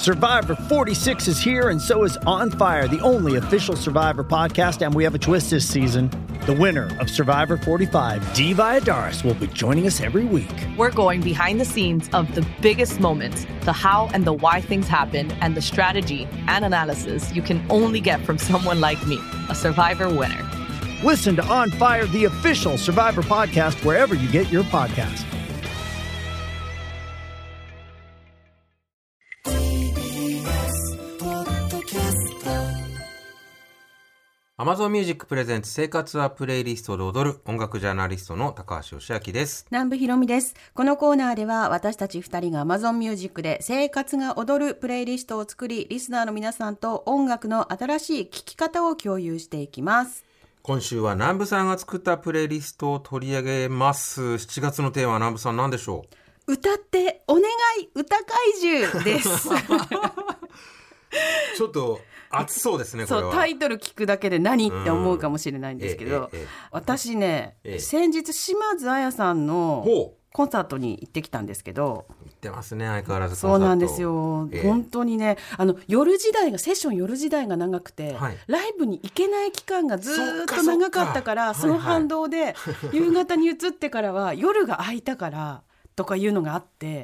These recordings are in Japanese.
Survivor 46 is here, and so is On Fire, the only official Survivor podcast. And we have a twist this season. The winner of Survivor 45, Dee Valladares, will be joining us every week. We're going behind the scenes of the biggest moments, the how and the why things happen, and the strategy and analysis you can only get from someone like me, a Survivor winner. Listen to On Fire, the official Survivor podcast, wherever you get your podcast. Amazon Music プレゼンツ生活はプレイリストで踊る音楽ジャーナリストの高橋義明です。 南部ひろみです。このコーナーでは私たち2人が Amazon Music で生活が踊るプレイリストを作り、リスナーの皆さんと音楽の新しい聴き方を共有していきます。 今週は南部さんが作ったプレイリストを取り上げます。7月のテーマは南部さん何でしょう？歌ってお願い歌怪獣ですちょっと熱そうですね。これはそう、タイトル聞くだけで何って思うかもしれないんですけど、私ね、先日島津亜矢さんのコンサートに行ってきたんですけど、 行ってますね、相変わらずそうなんですよ、本当にね、夜時代がセッション夜時代が長くて、ライブに行けない期間がずっと長かったから、その反動で夕方に移ってからは夜が空いたからとかいうのがあって、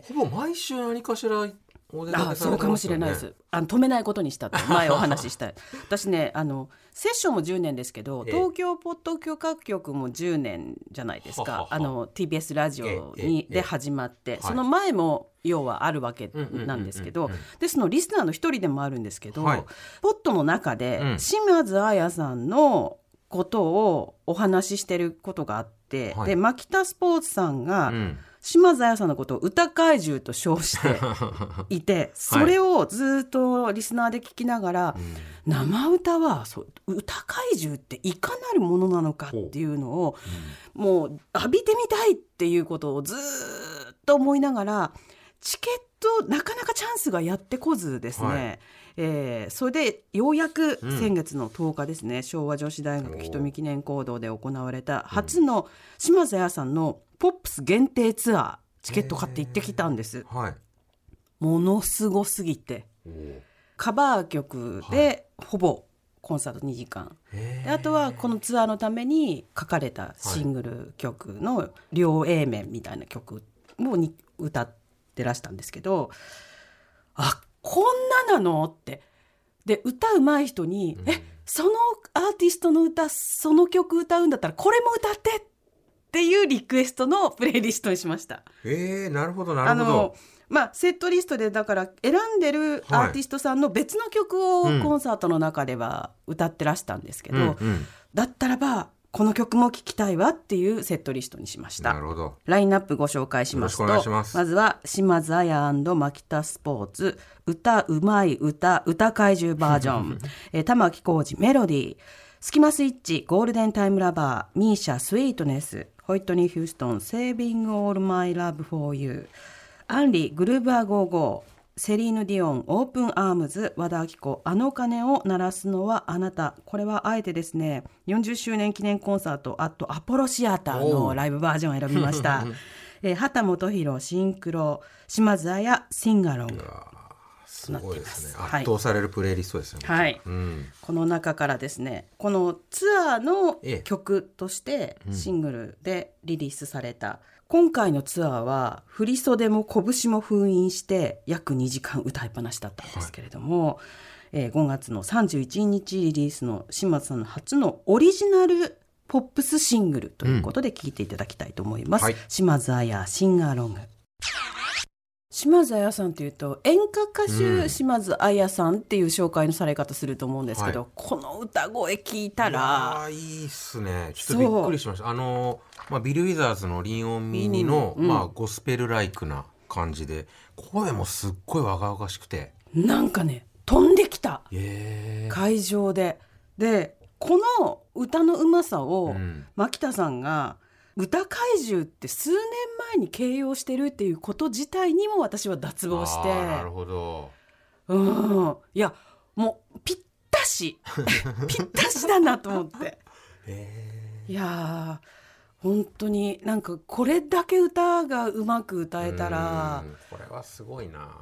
ほぼ毎週何かしらそうかもしれないです。止めないことにしたと前お話ししたい私ね、セッションも10年ですけど、東京ポッド許可局も10年じゃないですか。TBS ラジオで始まって、その前も要はあるわけなんですけど、でそのリスナーの一人でもあるんですけど、ポッドの中で島津亜矢さんのことをお話ししてることがあって、でマキタスポーツさんが、島津亜矢さんのことを歌怪獣と称していてそれをずっとリスナーで聞きながら、生歌は歌怪獣っていかなるものなのかっていうのを、もう浴びてみたいっていうことをずっと思いながら、チケットなかなかチャンスがやってこずですね、それでようやく先月の10日ですね、昭和女子大学瞳記念講堂で行われた初の島津亜矢さんのポップス限定ツアー、チケット買って行ってきたんです、ものすごすぎて、カバー曲でほぼコンサート2時間で、あとはこのツアーのために書かれたシングル曲の両 A 面みたいな曲を歌ってらしたんですけど、こんなのってで、歌うまい人に、そのアーティストの歌、その曲歌うんだったらこれも歌ってっていうリクエストのプレイリストにしました。 なるほどなるほど。 セットリストでだから選んでるアーティストさんの別の曲をコンサートの中では歌ってらしたんですけど、だったらばこの曲も聴きたいわっていうセットリストにしました。 なるほど。 ラインナップご紹介しますと、まずは島津亜矢&マキタスポーツ歌うまい歌怪獣バージョン玉置浩二メロディー、スキマスイッチゴールデンタイムラバー、ミーシャスイートネス、ホイットニー・ヒューストンセービング・オール・マイ・ラブ・フォー・ユー、アンリグルーバー・ゴーゴー、セリーヌ・ディオンオープンアームズ、和田アキ子あの鐘を鳴らすのはあなた。これはあえてですね、40周年記念コンサートアポロシアターのライブバージョンを選びました畑基博シンクロ、島津亜矢シンガロング。 すごいですね。圧倒されるプレイリストですよね。 この中からですね、このツアーの曲としてシングルでリリースされた、今回のツアーは振り袖も拳も封印して約2時間歌いっぱなしだったんですけれども、5月の31日リリースの島津さんの初のオリジナルポップスシングルということで聴いていただきたいと思います、島津亜矢シンガーロング。島津亜矢さんというと演歌歌手島津亜矢さんっていう紹介のされ方すると思うんですけど、この歌声聞いたらいいっすね。ちょっとびっくりしました。ビル・ウィザーズのリン・オン・ミーニの、ゴスペルライクな感じで、声もすっごい若々しくて、 なんかね飛んできた、会場でこの歌のうまさを、牧田さんが歌怪獣って数年前に形容してるっていうこと自体にも私は脱帽して、 なるほど、 いやもうぴったしぴったしだなと思っていや本当になんかこれだけ歌がうまく歌えたら、 これはすごいな。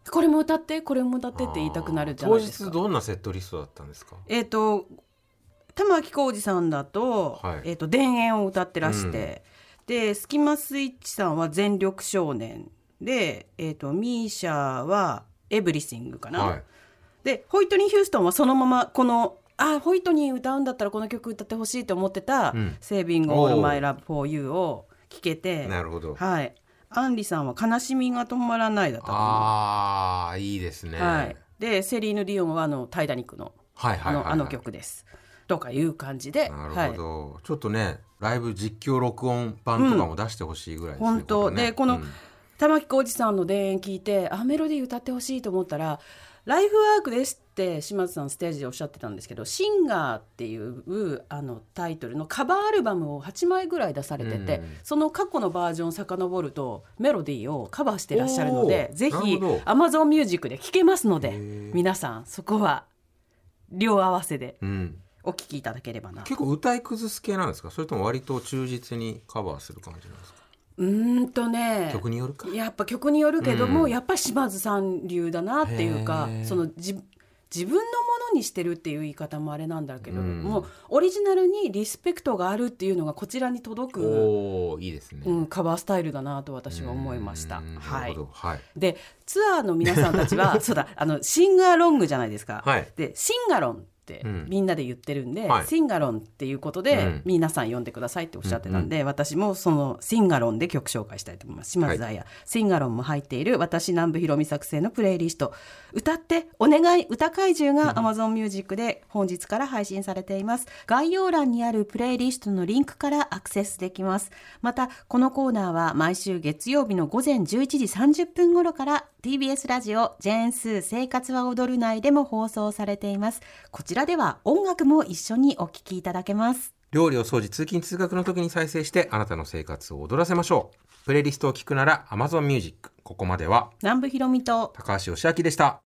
これも歌ってこれも歌ってって言いたくなるじゃないですか。 当日どんなセットリストだったんですか？ 玉置浩二さんだと、 はい田園を歌ってらして、でスキマスイッチさんは全力少年で、ミーシャはエブリシングかな、 はい、 でホイットニー・ヒューストンはそのままこのホイットニー歌うんだったらこの曲歌ってほしいと思ってた、Saving All My Love For You を聴けて、 なるほど、 はい、アンリさんは悲しみが止まらないだったと思う。 ああいいですね、 はい、でセリーヌ・ディオンはタイタニックのあの曲ですとかいう感じで。 なるほど、はい、ちょっとねライブ実況録音版とかも出してほしいぐらいですね、 本当ね、 でこの、玉置浩二さんの田園聞いてメロディー歌ってほしいと思ったらライフワークですって島津さんステージでおっしゃってたんですけど、シンガーっていうタイトルのカバーアルバムを8枚ぐらい出されてて、その過去のバージョン遡るとメロディーをカバーしてらっしゃるので、ぜひ Amazon Music で聴けますので、皆さんそこは両合わせでお聴きいただければな。 結構歌い崩す系なんですか？それとも割と忠実にカバーする感じなんですか？ 曲によるか、 やっぱ曲によるけども、やっぱり島津さん流だなっていうか、その自分のものにしてるっていう言い方もあれなんだけど、もうオリジナルにリスペクトがあるっていうのがこちらに届く、 いいですね、 カバースタイルだなと私は思いました。 なるほど、はい、 でツアーの皆さんたちはそうだシンガロングじゃないですか、 はい、 でシンガロンってみんなで言ってるんで、 はい、 シンガロンっていうことで、皆さん呼んでくださいっておっしゃってたんで、私もそのシンガロンで曲紹介したいと思います。島津亜矢、シンガロンも入っている私南部ひろみ作成のプレイリスト歌ってお願い歌怪獣が Amazon Music で本日から配信されています。概要欄にあるプレイリストのリンクからアクセスできます。またこのコーナーは毎週月曜日の午前11時30分頃から TBS ラジオジェーンスー生活は踊る内でも放送されています。こちらでは音楽も一緒にお聴きいただけます。 料理を掃除通勤通学の時に再生してあなたの生活を踊らせましょう。プレイリストを聞くなら Amazon Music。 ここまでは南部ひろみと高橋義明でした。